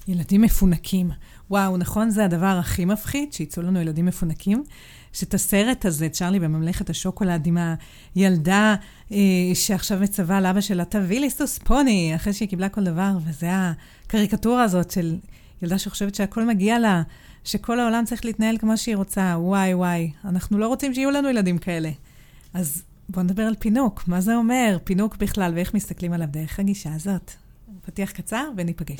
ילדים מפונקים. וואו, נכון, זה הדבר הכי מפחיד, שיצאו לנו ילדים מפונקים. שאת הסרט הזה, צ'רלי בממלכת השוקולד, עם הילדה שעכשיו מצווה על אבא שלה, תביא לי סוס פוני, אחרי שהיא קיבלה כל דבר, וזה הקריקטורה הזאת של ילדה שחושבת שהכל מגיע לה, שכל העולם צריך להתנהל כמו שהיא רוצה. וואי, וואי, אנחנו לא רוצים שיהיו לנו ילדים כאלה. אז בואו נדבר על פינוק. מה זה אומר? פינוק בכלל, ואיך מסתכלים עליו דרך הגישה הזאת. פתיח קצר וניפגש.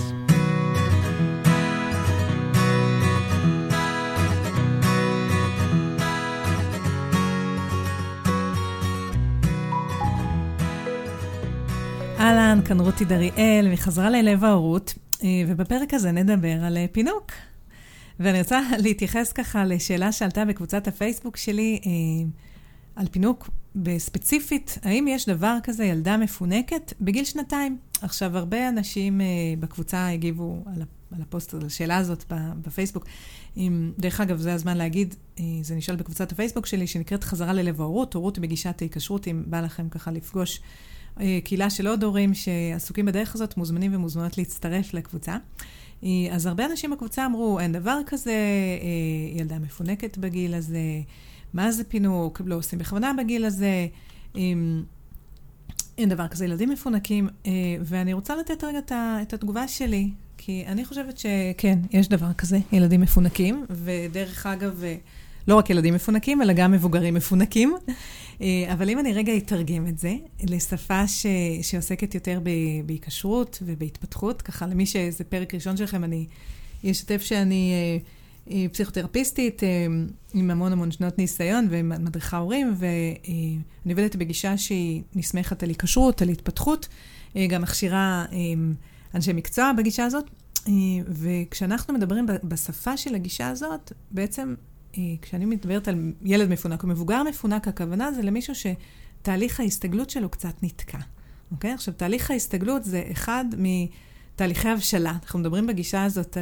אהלן, כאן רותי דריאל, מחזרה ללב ההורות, ובפרק הזה נדבר על פינוק. ואני רוצה להתייחס ככה לשאלה שעלתה בקבוצת הפייסבוק שלי, על פינוק בספציפית, האם יש דבר כזה ילדה מפונקת בגיל 2? עכשיו, הרבה אנשים בקבוצה הגיבו על הפוסט, על השאלה הזאת בפייסבוק. דרך אגב, זה הזמן להגיד, זה נשאל בקבוצת הפייסבוק שלי, שנקראת חזרה ללב ההורות, הורות בגישת ההיקשרות, אם בא לכם ככה לפגוש קהילה של עוד הורים שעסוקים בדרך הזאת, מוזמנים ומוזמנות להצטרף לקבוצה. אז הרבה אנשים בקבוצה אמרו, אין דבר כזה, ילדה מפונקת בגיל הזה, מה זה פינוק, לא עושים בכוונה בגיל הזה, אין דבר כזה, ילדים מפונקים, ואני רוצה לתת רגע את התגובה שלי, כי אני חושבת שכן, יש דבר כזה, ילדים מפונקים, ודרך אגב, לא רק ילדים מפונקים, אלא גם מבוגרים מפונקים. אבל אם אני רגע אתרגם את זה, לשפה שעוסקת יותר בהיקשרות ובהתפתחות, ככה למי שזה פרק ראשון שלכם, אני אשתף שאני פסיכותרפיסטית עם המון שנות ניסיון ומדריכה הורים, ואני עובדת בגישה שהיא נסמכת על היקשרות, על התפתחות, גם מכשירה אנשי מקצוע בגישה הזאת, וכשאנחנו מדברים בשפה של הגישה הזאת, בעצם כשאני מדברת על ילד מפונק או מבוגר מפונק, הכוונה זה למישהו שתהליך ההסתגלות שלו קצת נתקע. אוקיי? עכשיו, תהליך ההסתגלות זה אחד מתהליכי הבשלה. אנחנו מדברים בגישה הזאת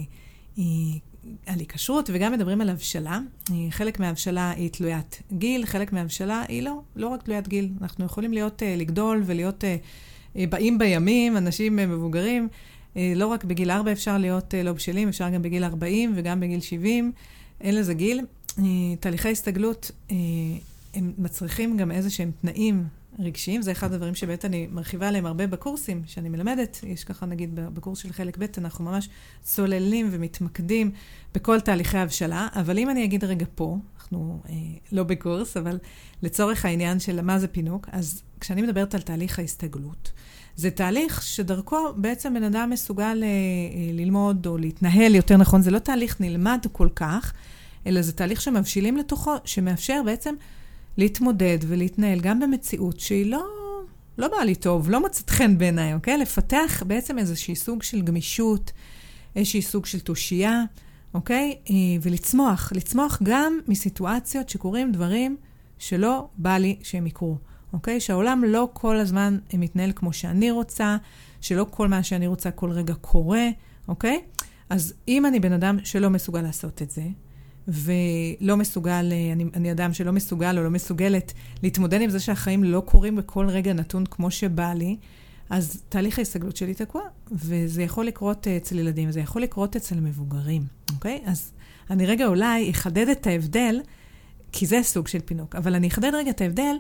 על היקשרות, וגם מדברים על הבשלה. חלק מההבשלה היא תלוית גיל, חלק מההבשלה היא לא רק תלוית גיל. אנחנו יכולים לגדול ולהיות באים בימים, אנשים מבוגרים. לא רק בגיל 4 אפשר להיות לא בשלים, אפשר גם בגיל 40 וגם בגיל 70. אין לזה גיל. תהליכי הסתגלות, הם מצריכים גם איזה שהם תנאים רגשיים. זה אחד הדברים שבאמת אני מרחיבה עליהם הרבה בקורסים שאני מלמדת. יש ככה, נגיד, בקורס של חלק ב' אנחנו ממש צוללים ומתמקדים בכל תהליכי ההבשלה. אבל אם אני אגיד רגע פה, אנחנו לא בקורס, אבל לצורך העניין של מה זה פינוק, אז כשאני מדברת על תהליך ההסתגלות, זה תהליך שדרכו בעצם בן אדם מסוגל ללמוד או להתנהל יותר נכון. זה לא תהליך נלמד כל כך, אלא זה תהליך שמבשילים לתוכו, שמאפשר בעצם להתמודד ולהתנהל גם במציאות שהיא לא באה לי טוב, לא מצאת חן בעיניי, אוקיי? לפתח בעצם איזושהי סוג של גמישות, איזושהי סוג של תושייה, אוקיי? ולצמוח גם מסיטואציות שקורים דברים שלא בא לי שהם יקרו. אוקיי? שהעולם לא כל הזמן מתנהל כמו שאני רוצה, שלא כל מה שאני רוצה כל רגע קורה, אוקיי? אז אם אני בן אדם שלא מסוגל לעשות את זה, ולא מסוגל, אני אדם שלא מסוגל או לא מסוגלת להתמודד עם זה שהחיים לא קורים בכל רגע נתון כמו שבא לי, אז תהליך ההסתגלות שלי תקוע, וזה יכול לקרות אצל ילדים, וזה יכול לקרות אצל מבוגרים, אוקיי? אז אני רגע אולי אחדד את ההבדל, כי זה סוג של פינוק, אבל אני אחדד רגע את ההבדל,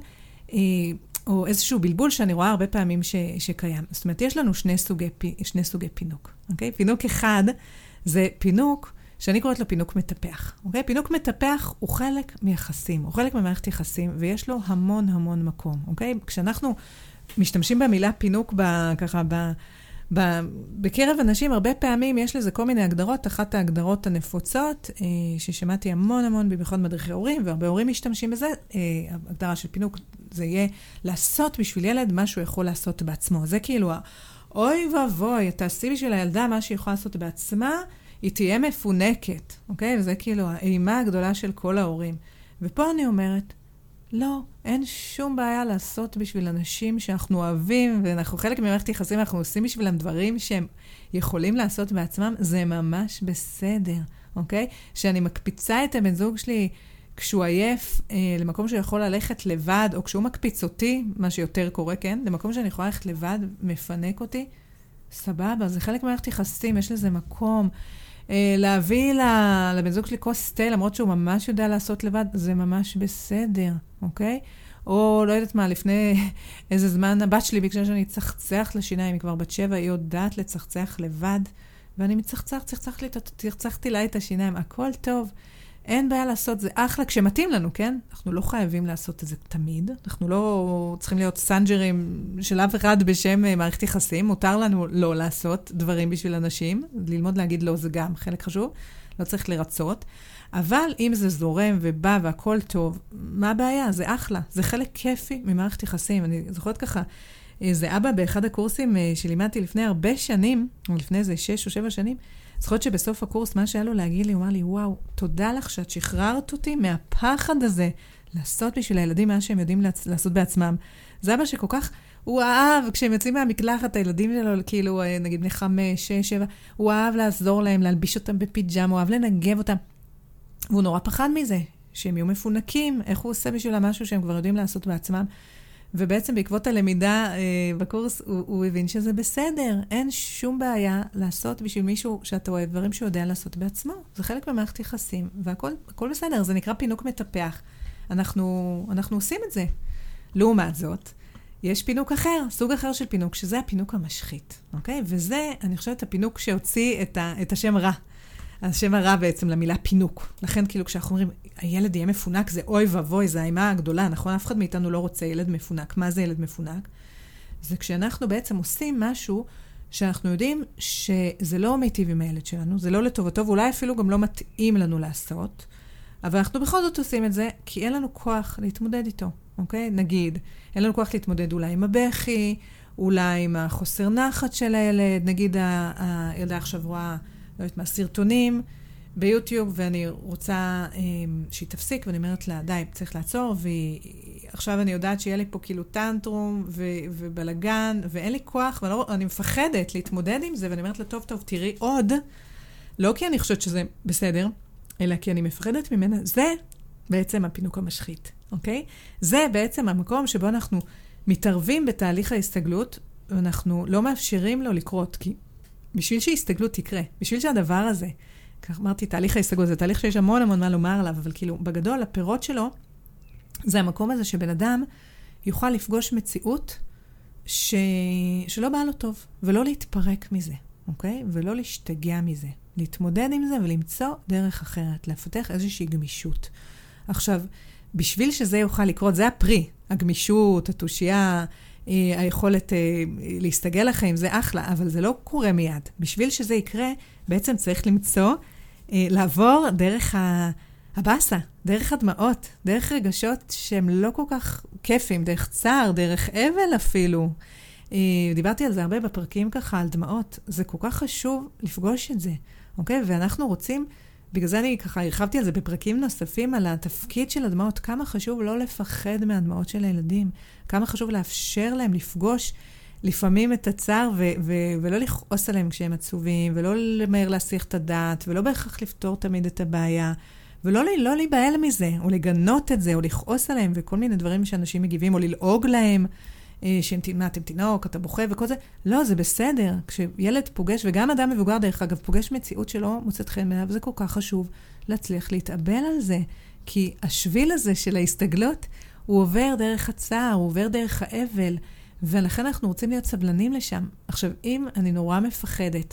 או איזשהו בלבול שאני רואה הרבה פעמים שקיים. זאת אומרת, יש לנו שני סוגי פינוק. אוקיי? פינוק אחד זה פינוק שאני קוראת לו פינוק מטפח. אוקיי? פינוק מטפח הוא חלק מיחסים, הוא חלק ממערכת יחסים, ויש לו המון מקום. אוקיי? כשאנחנו משתמשים במילה פינוק ככה בקרב אנשים, הרבה פעמים יש לזה כל מיני הגדרות. אחת ההגדרות הנפוצות, ששמעתי המון, במיוחד מדריכי הורים, והרבה הורים משתמשים בזה, הגדרה של פינוק, זה יהיה לעשות בשביל ילד מה שהוא יכול לעשות בעצמו. זה כאילו, אוי ואבוי, תעשי בשביל הילדה מה שהיא יכולה לעשות בעצמה, היא תהיה מפונקת, אוקיי? וזה כאילו האימה הגדולה של כל ההורים. ופה אני אומרת, לא, אין שום בעיה לעשות בשביל אנשים שאנחנו אוהבים, ואנחנו חלק ממערכת יחסים, אנחנו עושים בשבילם דברים שהם יכולים לעשות בעצמם, זה ממש בסדר, אוקיי? שאני מקפיצה את הבן זוג שלי כשהוא עייף, למקום שהוא יכול ללכת לבד, או כשהוא מקפיץ אותי, מה שיותר קורה, כן? למקום שאני יכולה ללכת לבד, מפנק אותי, סבבה, זה חלק מערכת יחסים, יש לזה מקום. להביא לבן זוג שלי כוס תה, למרות שהוא ממש יודע לעשות לבד, זה ממש בסדר, אוקיי? או לא יודעת מה, לפני איזה זמן, הבת שלי ביקשה שאני צחצח לשיניים, היא כבר בת 7, היא יודעת לצחצח לבד, ואני צחצחתי לה את השיניים, הכל טוב, אין בעיה לעשות, זה אחלה כשמתאים לנו, כן? אנחנו לא חייבים לעשות את זה תמיד, אנחנו לא צריכים להיות סנג'רים של אף אחד בשם מערכת יחסים, מותר לנו לא לעשות דברים בשביל אנשים, ללמוד להגיד לא זה גם חלק חשוב, לא צריך לרצות, אבל אם זה זורם ובא והכל טוב, מה הבעיה? זה אחלה, זה חלק כיפי ממערכת יחסים, אני זוכרת ככה, זה אבא באחד הקורסים שלימדתי לפני הרבה שנים, או לפני איזה 6 או 7 שנים, זוכרת שבסוף הקורס, מה שהיה לו להגיד לי, הוא אמר לי, וואו, תודה לך שאת שחררת אותי מהפחד הזה, לעשות בשביל הילדים מה שהם יודעים לעשות בעצמם. זה אבא שכל כך, הוא אהב, כשהם יוצאים מהמקלחת, הילדים שלו, כאילו, נגיד בני 5, 6, 7, הוא אהב לעזור להם, להלביש אותם בפיג'מה, הוא אהב לנגב אותם. והוא נורא פחד מזה, שהם יהיו מפונקים, איך הוא עושה בשביל המשהו שהם כבר יודעים לעשות בעצמם. ובעצם בעקבות הלמידה בקורס, הוא הבין שזה בסדר. אין שום בעיה לעשות בשביל מישהו שאתה אוהב, דברים שהוא יודע לעשות בעצמו. זה חלק ממערכת יחסים, והכל בסדר. זה נקרא פינוק מטפח. אנחנו עושים את זה. לעומת זאת, יש פינוק אחר, סוג אחר של פינוק, שזה הפינוק המשחית. אוקיי? וזה, אני חושבת, הפינוק שהוציא את השם רע. השם הרע בעצם למילה פינוק. לכן כאילו כשאנחנו אומרים, הילד יהיה מפונק, זה אוי ובוי, זה האימה הגדולה, נכון? אף אחד מאיתנו לא רוצה ילד מפונק. מה זה ילד מפונק? זה כשאנחנו בעצם עושים משהו שאנחנו יודעים שזה לא מיטיב עם הילד שלנו, זה לא לטובתו, ואולי אפילו גם לא מתאים לנו לעשות, אבל אנחנו בכל זאת עושים את זה, כי אין לנו כוח להתמודד איתו, אוקיי? נגיד, אין לנו כוח להתמודד אולי עם הבכי, אולי עם החוסר נחת של הילד, נגיד הילדה עכשיו רואה לא יודעת מה, סרטונים ביוטיוב, ואני רוצה שהיא תפסיק, ואני אומרת לה, די, צריך לעצור, ועכשיו אני יודעת שיהיה לי פה כאילו טנטרום ובלגן, ואין לי כוח, ואני מפחדת להתמודד עם זה, ואני אומרת לה, טוב, תראי עוד, לא כי אני חושבת שזה בסדר, אלא כי אני מפחדת ממנה, זה בעצם הפינוק המשחית, אוקיי? זה בעצם המקום שבו אנחנו מתערבים בתהליך ההסתגלות, ואנחנו לא מאפשרים לו לקרות, כי בשביל שההסתגלות תקרה, בשביל שהדבר הזה, כך אמרתי, תהליך ההסתגלות, זה תהליך שיש המון מה לומר עליו, אבל כאילו, בגדול, הפירות שלו, זה המקום הזה שבן אדם יוכל לפגוש מציאות שלא בא לו טוב, ולא להתפרק מזה, אוקיי? ולא להשתגע מזה. להתמודד עם זה ולמצוא דרך אחרת, לפתח איזושהי גמישות. עכשיו, בשביל שזה יוכל לקרות, זה הפרי, הגמישות, התושייה, היכולת להסתגל לחיים, זה אחלה, אבל זה לא קורה מיד. בשביל שזה יקרה, בעצם צריך למצוא, לעבור דרך הבאסה, דרך הדמעות, דרך רגשות שהם לא כל כך כיפים, דרך צער, דרך אבל אפילו. דיברתי על זה הרבה בפרקים ככה, על דמעות. זה כל כך חשוב לפגוש את זה, אוקיי? ואנחנו רוצים, בגלל זה אני ככה הרחבתי על זה בפרקים נוספים, על התפקיד של הדמעות, כמה חשוב לא לפחד מהדמעות של הילדים, כמה חשוב לאפשר להם לפגוש לפעמים את הצער, ולא לכעוס עליהם כשהם עצובים, ולא למהר להסיח את הדעת, ולא בהכרח לפתור תמיד את הבעיה, ולא להיבהל מזה, או לגנות את זה, או לכעוס עליהם, וכל מיני דברים שאנשים מגיבים, או ללעוג להם, אתם תינוק, אתה בוכה וכל זה. לא, זה בסדר. כשילד פוגש, וגם אדם מבוגר דרך אגב, פוגש מציאות שלא מוצאת חן ממנה, וזה כל כך חשוב להצליח להתאבל על זה. כי השביל הזה של ההסתגלות, הוא עובר דרך הצער, הוא עובר דרך האבל, ולכן אנחנו רוצים להיות סבלנים לשם. עכשיו, אם אני נורא מפחדת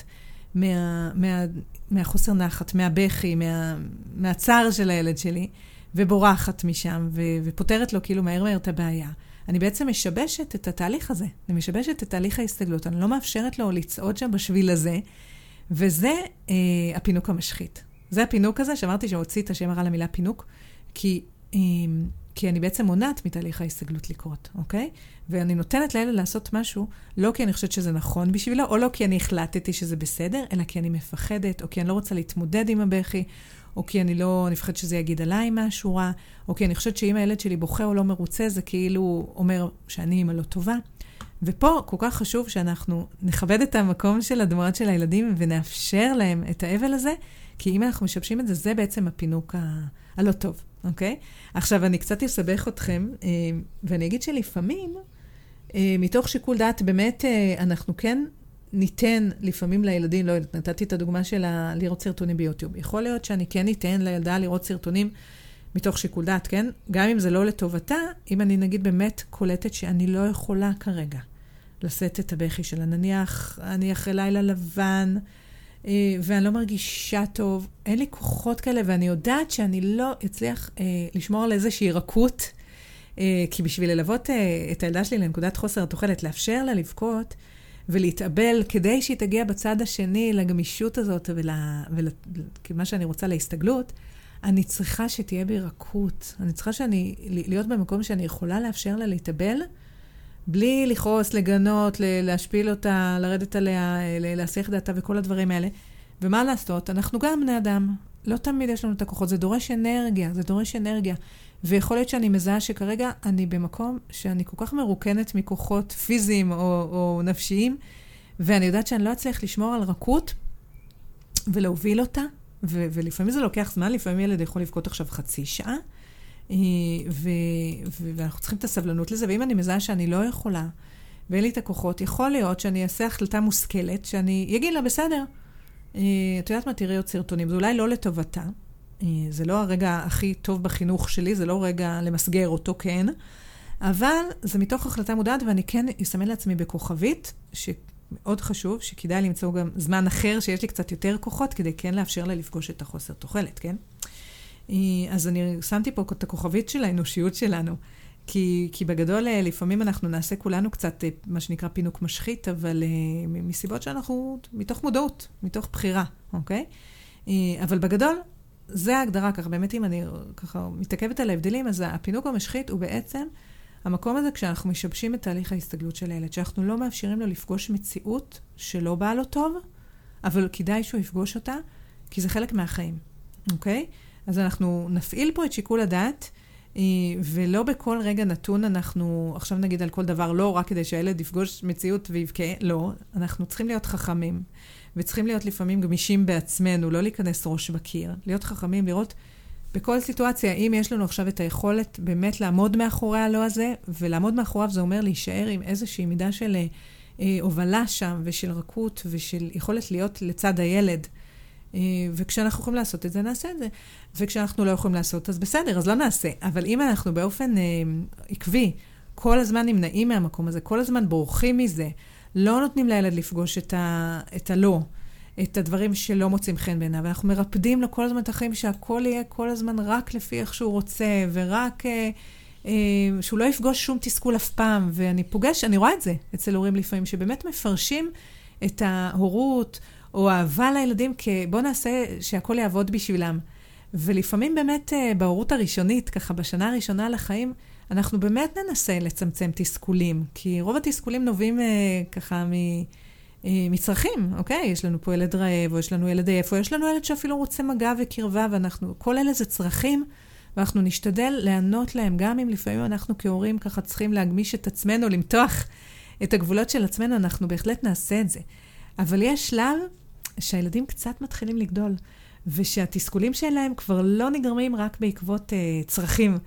מהחוסר נחת, מהבכי, מהצער של הילד שלי, ובורחת משם, ופותרת לו כאילו מהר את הבעיה, אני בעצם משבשת את התהליך הזה. אני משבשת את תהליך ההסתגלות. אני לא מאפשרת לו לצעוד שם בשביל הזה, וזה הפינוק המשחית. זה הפינוק הזה, שאמרתי שהוציא את השם הרע למילה פינוק, כי אני בעצם מונעת מתהליך ההסתגלות לקרות, אוקיי? ואני נותנת לילד לעשות משהו, לא כי אני חושבת שזה נכון בשבילו, או לא כי אני החלטתי שזה בסדר, אלא כי אני מפחדת, או כי אני לא רוצה להתמודד עם הבכי, או כי אני מפחדת שזה יגיד עליי משהו רע, או כי אני חושבת שאם הילד שלי בוכה או לא מרוצה, זה כאילו אומר שאני אמא לא טובה. ופה כל כך חשוב שאנחנו נכבד את המקום של הדמעות של הילדים, ונאפשר להם את האבל הזה, כי אם אנחנו משבשים את זה, זה בעצם הפינוק הלא טוב, אוקיי? עכשיו, אני קצת אסבך אתכם, ואני אגיד שלפעמים, מתוך שיקול דעת, באמת, אנחנו כן ניתן לפעמים לילדים, לא יודעת, נתתי את הדוגמה של לראות סרטונים ביוטיוב. יכול להיות שאני כן ניתן לילדה לראות סרטונים מתוך שיקול דעת, כן? גם אם זה לא לטובתה, אם אני נגיד באמת קולטת שאני לא יכולה כרגע לשאת את הבכי שלה. נניח, אני אחרי לילה לבן, ואני לא מרגישה טוב, אין לי כוחות כאלה, ואני יודעת שאני לא אצליח לשמור על איזושהי רכות, כי בשביל ללוות את הילדה שלי לנקודת חוסר התוחלת, לאפשר לה לבכות ולהתאבל, כדי שהיא תגיע בצד השני לגמישות הזאת, וכמה שאני רוצה להסתגלות, אני צריכה שתהיה בי רכות. אני צריכה להיות במקום שאני יכולה לאפשר לה להתאבל, בלי לכעוס, לגנות, להשפיל אותה, לרדת עליה, להסיח דעתה וכל הדברים האלה. ומה לעשות? אנחנו גם בני אדם. לא תמיד יש לנו את הכוחות. זה דורש אנרגיה, זה דורש אנרגיה. ויכול להיות שאני מזהה שכרגע אני במקום שאני כל כך מרוקנת מכוחות פיזיים או נפשיים, ואני יודעת שאני לא אצליח לשמור על רכות ולהוביל אותה, ולפעמים זה לוקח זמן, לפעמים ילד יכול לבכות עכשיו חצי שעה, ואנחנו צריכים את הסבלנות לזה, ואם אני מזהה שאני לא יכולה, ואין לי את הכוחות, יכול להיות שאני אעשה החלטה מושכלת, שאני אגיד לה, בסדר, את יודעת מה, תראי עוד סרטונים, זה אולי לא לטובתה, זה לא הרגע הכי טוב בחינוך שלי, זה לא רגע למסגר אותו, כן, אבל זה מתוך החלטה מודעת, ואני כן אסמן לעצמי בכוכבית, שמאוד חשוב, שכדאי למצוא גם זמן אחר, שיש לי קצת יותר כוחות, כדי כן לאפשר לה לפגוש את החוסר תוחלת, כן? אז אני שמתי פה את הכוכבית של האנושיות שלנו, כי בגדול לפעמים אנחנו נעשה כולנו קצת מה שנקרא פינוק משחית, אבל מסיבות שאנחנו מתוך מודעות, מתוך בחירה, אוקיי? אבל בגדול, זה ההגדרה, ככה באמת אם אני ככה מתעכבת על ההבדלים, אז הפינוק המשחית הוא בעצם המקום הזה כשאנחנו משבשים את תהליך ההסתגלות של הילד, שאנחנו לא מאפשרים לו לפגוש מציאות שלא באה לו טוב, אבל כדאי שהוא יפגוש אותה, כי זה חלק מהחיים, אוקיי? אז אנחנו נפעיל פה את שיקול הדעת, ולא בכל רגע נתון אנחנו, עכשיו נגיד על כל דבר, לא רק כדי שהילד יפגוש מציאות ויבכה, לא, אנחנו צריכים להיות חכמים, וצריכים להיות לפעמים גמישים בעצמנו, לא להיכנס ראש בקיר, להיות חכמים, לראות בכל סיטואציה, אם יש לנו עכשיו את היכולת באמת לעמוד מאחורי הלא הזה, ולעמוד מאחוריו זה אומר להישאר עם איזושהי מידה של הובלה שם, ושל רכות, ושל יכולת להיות לצד הילד, וכשאנחנו יכולים לעשות את זה, נעשה את זה. וכשאנחנו לא יכולים לעשות, אז בסדר, אז לא נעשה. אבל אם אנחנו באופן עקבי, כל הזמן נמנעים מהמקום הזה, כל הזמן בורחים מזה, לא נותנים לילד לפגוש את הלא, את הדברים שלא מוצאים חן בעיניו, ואנחנו מרפדים לו כל הזמן את החיים, שהכל יהיה כל הזמן רק לפי איך שהוא רוצה, ורק שהוא לא יפגוש שום תסכול אף פעם. אני רואה את זה אצל הורים לפעמים, שבאמת מפרשים את ההורות, או אהבה לילדים, בוא נעשה שהכל יעבוד בשבילם. ולפעמים באמת בהורות הראשונית, ככה בשנה הראשונה לחיים, אנחנו באמת ננסה לצמצם תסכולים, כי רוב התסכולים נובעים ככה מצרכים, אוקיי? יש לנו פה ילד רעב, או יש לנו ילד עייף, או יש לנו ילד שאפילו רוצה מגע וקרבה, כל אלה זה צרכים, ואנחנו נשתדל לענות להם, גם אם לפעמים אנחנו כהורים ככה צריכים להגמיש את עצמנו, למתוח את הגבולות של עצמנו, אנחנו בהחלט נעשה את זה. אבל יש שלב שהילדים קצת מתחילים לגדול, ושהתסכולים שלהם כבר לא נגרמים רק בעקבות צרכים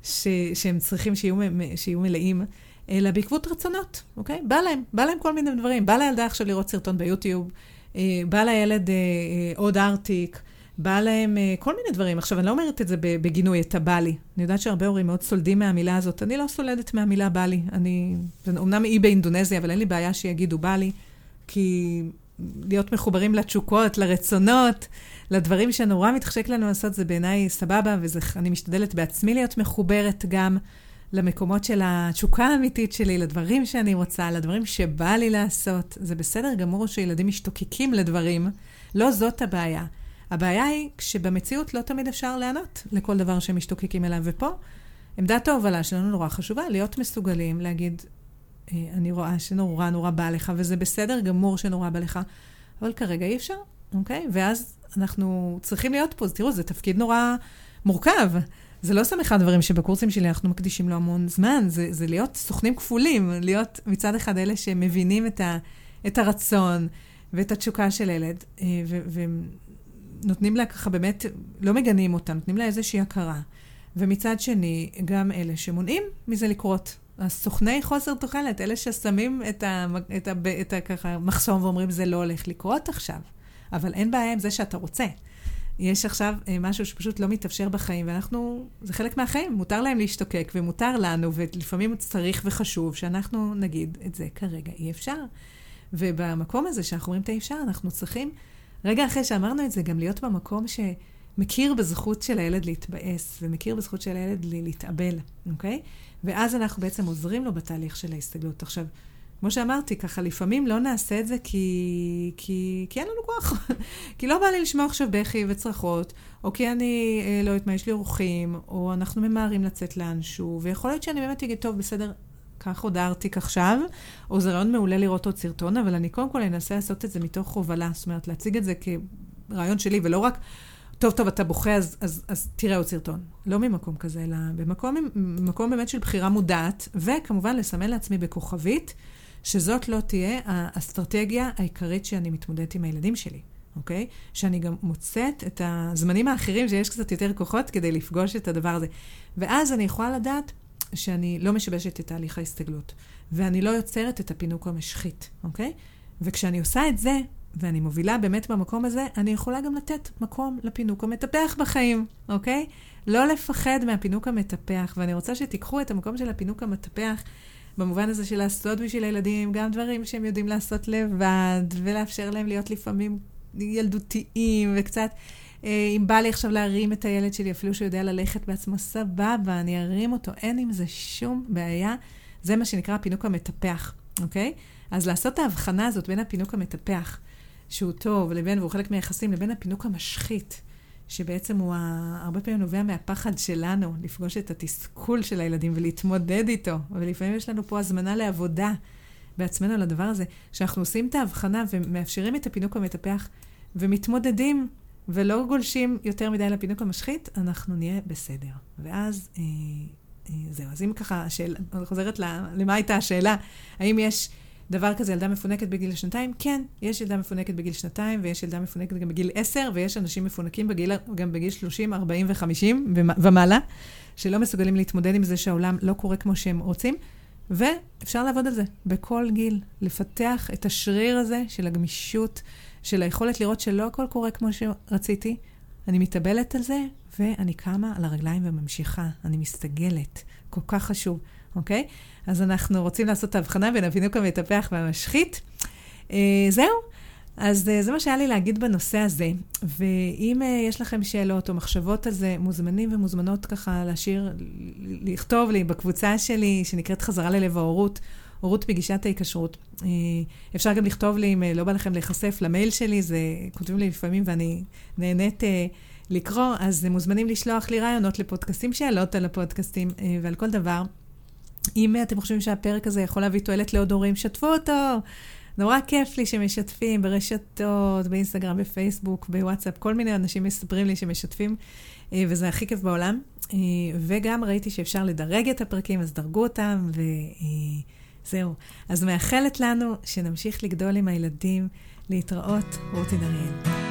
שהם צריכים שיהיו מלאים, אלא בעקבות רצונות, אוקיי? בא להם כל מיני דברים. בא לילדה עכשיו לראות סרטון ביוטיוב, בא לילד עוד ארטיק, בא להם כל מיני דברים. עכשיו, אני לא אומרת את זה בגינוי, את הבא לי. אני יודעת שהרבה הורים מאוד סולדים מהמילה הזאת. אני לא סולדת מהמילה בא לי. זה אומנם אי באינדונזיה, אבל אין לי בעיה שיגידו בא לי, כי להיות מחוברים לתשוקות, לרצונות, לדברים שנורא מתחשק לנו לעשות, זה בעיניי סבבה, ואני משתדלת בעצמי להיות מחוברת גם למקומות של התשוקה האמיתית שלי, לדברים שאני רוצה, לדברים שבא לי לעשות. זה בסדר גמור שילדים משתוקקים לדברים, לא זאת הבעיה. הבעיה היא כשבמציאות לא תמיד אפשר לענות לכל דבר שהם משתוקקים אליו, ופה עמדת ההובלה שלנו נורא חשובה, להיות מסוגלים להגיד, אני רואה שנורא נורא בא לך, וזה בסדר גמור שנורא בא לך, אבל כרגע אי אפשר, אוקיי? ואז אנחנו צריכים להיות פה, אז תראו, זה תפקיד נורא מורכב. זה לא סתם אחד הדברים שבקורסים שלי אנחנו מקדישים לו המון זמן, זה להיות סוכנים כפולים, להיות מצד אחד אלה שמבינים את הרצון ואת התשוקה של ילד, ונותנים לה ככה באמת, לא מגנים אותה, נותנים לה איזושהי הכרה. ומצד שני, גם אלה שמונעים מזה לקרות. הסוכני חוסר תוחלת, אלה ששמים את ככה מחסום ואומרים, זה לא הולך לקרות עכשיו. אבל אין בעיה עם זה שאתה רוצה. יש עכשיו משהו שפשוט לא מתאפשר בחיים, זה חלק מהחיים, מותר להם להשתוקק, ומותר לנו, ולפעמים צריך וחשוב שאנחנו נגיד את זה כרגע אי אפשר. ובמקום הזה שאנחנו אומרים את האי אפשר, אנחנו צריכים, רגע אחרי שאמרנו את זה, גם להיות במקום שמכיר בזכות של הילד להתבאס, ומכיר בזכות של הילד להתאבל, אוקיי? ואז אנחנו בעצם עוזרים לו בתהליך של ההסתגלות. עכשיו, כמו שאמרתי, ככה לפעמים לא נעשה את זה כי אין לנו כוח. כי לא בא לי לשמוע עכשיו בכי וצרחות, או כי אני לא יודעת מה, יש לי אורחים, או אנחנו ממהרים לצאת לאנשהו, ויכול להיות שאני באמת אגיד, טוב, בסדר, כך הודעתי עכשיו, או זה רעיון מעולה לראות עוד סרטון, אבל אני קודם כל אנסה לעשות את זה מתוך הובלה, זאת אומרת, להציג את זה כרעיון שלי, ולא רק, טוב, אתה בוכה, אז תראה עוד סרטון. לא ממקום כזה, אלא במקום באמת של בחירה מודעת, וכמובן לסמן לעצמי בכוכבית, שזאת לא תהיה האסטרטגיה העיקרית שאני מתמודדת עם הילדים שלי, אוקיי? שאני גם מוצאת את הזמנים האחרים שיש קצת יותר כוחות כדי לפגוש את הדבר הזה. ואז אני יכולה לדעת שאני לא משבשת את תהליך ההסתגלות, ואני לא יוצרת את הפינוק המשחית, אוקיי? וכשאני עושה את זה, ואני מובילה באמת במקום הזה, אני יכולה גם לתת מקום לפינוק המטפח בחיים, אוקיי? לא לפחד מהפינוק המטפח, ואני רוצה שתיקחו את המקום של הפינוק המטפח, במובן הזה של לעשות בשביל הילדים, גם דברים שהם יודעים לעשות לבד, ולאפשר להם להיות לפעמים ילדותיים, וקצת, אם בא לי עכשיו להרים את הילד שלי, אפילו שהוא יודע ללכת בעצמו סבבה, אני ארים אותו, אין עם זה שום בעיה, זה מה שנקרא הפינוק המטפח, אוקיי? אז לעשות את ההבחנה הזאת בין הפינוק המטפח, שהוא טוב, והוא חלק מהיחסים, לבין הפינוק המשחית, שבעצם הוא הרבה פעמים נובע מהפחד שלנו, לפגוש את התסכול של הילדים ולהתמודד איתו. ולפעמים יש לנו פה הזמנה לעבודה בעצמנו לדבר הזה, שאנחנו עושים את ההבחנה ומאפשרים את הפינוק המטפח, ומתמודדים ולא גולשים יותר מדי לפינוק המשחית, אנחנו נהיה בסדר. ואז זהו. אז אם ככה, אני חוזרת למה הייתה השאלה, האם יש דבר כזה, ילדה מפונקת בגיל 2? כן, יש ילדה מפונקת בגיל 2, ויש ילדה מפונקת גם בגיל 10, ויש אנשים מפונקים גם בגיל 30, 40 ו-50 ומעלה, שלא מסוגלים להתמודד עם זה שהעולם לא קורה כמו שהם רוצים, ואפשר לעבוד על זה בכל גיל, לפתח את השריר הזה של הגמישות, של היכולת לראות שלא הכל קורה כמו שרציתי, אני מתאבלת על זה, ואני קמה על הרגליים וממשיכה, אני מסתגלת, כל כך חשוב. אוקיי? אז אנחנו רוצים לעשות את ההבחנה בין הפינוק המטפח והמשחית. זהו. אז זה מה שהיה לי להגיד בנושא הזה. ואם יש לכם שאלות או מחשבות על זה, מוזמנים ומוזמנות ככה לכתוב לי בקבוצה שלי, שנקראת חזרה ללב ההורות, הורות בגישת ההיקשרות. אפשר גם לכתוב לי, אם לא בא לכם להיחשף למייל שלי, זה כותבים לי לפעמים ואני נהנית לקרוא, אז מוזמנים לשלוח לי רעיונות לפודקאסטים, שאלות על הפודקאסטים ועל כל דבר. אם אתם חושבים שהפרק הזה יכול להביא תועלת לעוד הורים, שתפו אותו. נורא כיף לי שמשתפים ברשתות, באינסטגרם, בפייסבוק, בוואטסאפ. כל מיני אנשים מספרים לי שמשתפים, וזה הכי כיף בעולם. וגם ראיתי שאפשר לדרג את הפרקים, אז דרגו אותם, וזהו. אז מאחלת לנו שנמשיך לגדול עם הילדים, להתראות, רותי דריאל.